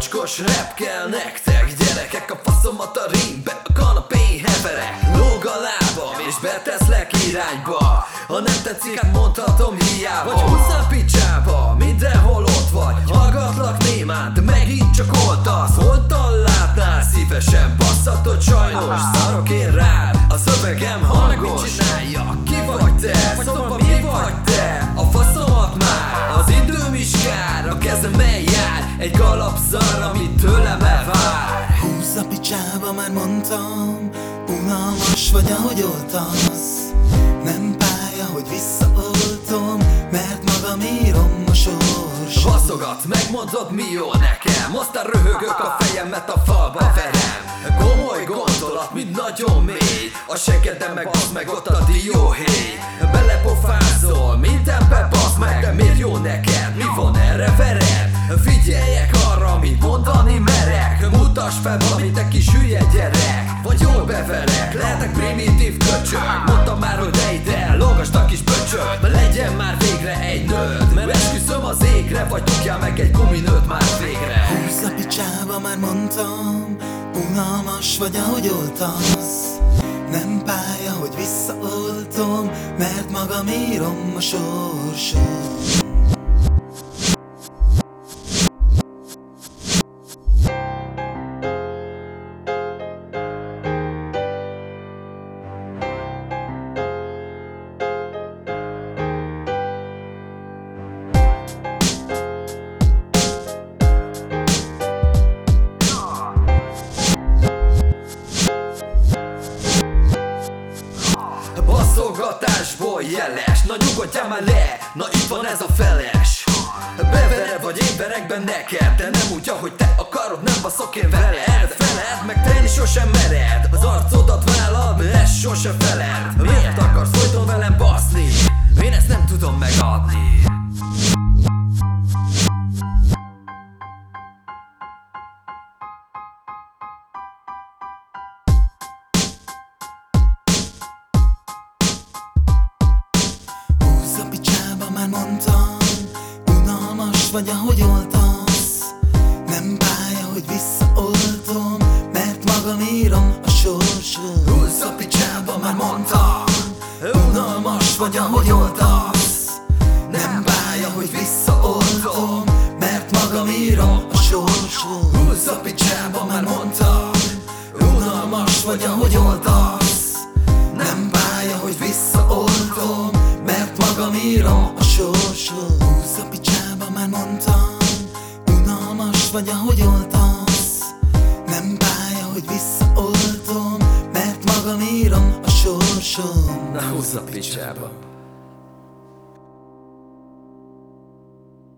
Mocskos rap kell nektek, gyerekek, a faszomat a ringbe, a kanapén heverek. Lóg a lábam és beteszlek irányba, ha nem tetszik, hát mondhatom hiába. Vagy húzzál picsába, mindenhol ott vagy, hallgatlak némán, de megint csak oltasz. Holtan látnál, szívesen basszatod, sajnos szarok én rád, a szövegem hangos. Mit csinálja, ki vagy te, szóval mi vagy te? A faszomat már, az időm is kár, a kezemben jár egy galapszar, amit tőlem elvár. Húzz a picsába, már mondtam, unalmas vagy, ahogy oltasz. Nem pálya, hogy visszaoltom, mert magam írom a sors. Baszogat, megmondod, mi jó nekem, aztán röhögök a fejemet, a falba verem. Komoly gondolat, mint nagyon mély, a segedem meg az meg ott a dióhéj. Belepofázol, mindenbe basz meg, de miért jó neked, mi van erre vered? Figyeljek arra, amit mondani merek, mutass fel valamit, te kis hülye gyerek. Vagy jól beverek, lehetek primitív köcsög, mondtam már, hogy ne ide, lógasd a kis pöcsög. Mert legyen már végre egy nőd, mert esküszöm az égre, vagy dugjál meg egy guminőt már végre. Húzz a picsába, már mondtam, unalmas vagy, ahogy oltasz. Nem pálya, hogy visszaoltom, mert magam írom a sorsot. Baszogatásból jeles, na nyugodjál már le, na itt van ez a feles. Bevered vagy én verek be neked, de nem úgy, ahogy te akarod, nem baszok én veled. Feled, meg te is sosem mered, az arcodat vállal, de ezt sose feled. Miért akarsz folyton velem baszni? Én ezt nem tudom megadni. Már mondtam, unalmas vagy, ahogy oltasz. Nem pálya, hogy visszaoltom, mert magam írom a sorsot. Húzz a picsába, már mondtam, unalmas vagy, ahogy oltasz. Nem pálya, hogy visszaoltom, mert magam írom a sorsot. Húzz a picsába, már mondtam, unalmas vagy, ahogy oltasz. Nem pálya, hogy visszaoltom, mert magam írom a sorsot. Húzz a picsába, már mondtam, unalmas vagy, ahogy oltasz. Nem pálya, hogy visszaoltom, mert magam írom a sorsot. Na húzz a picsába.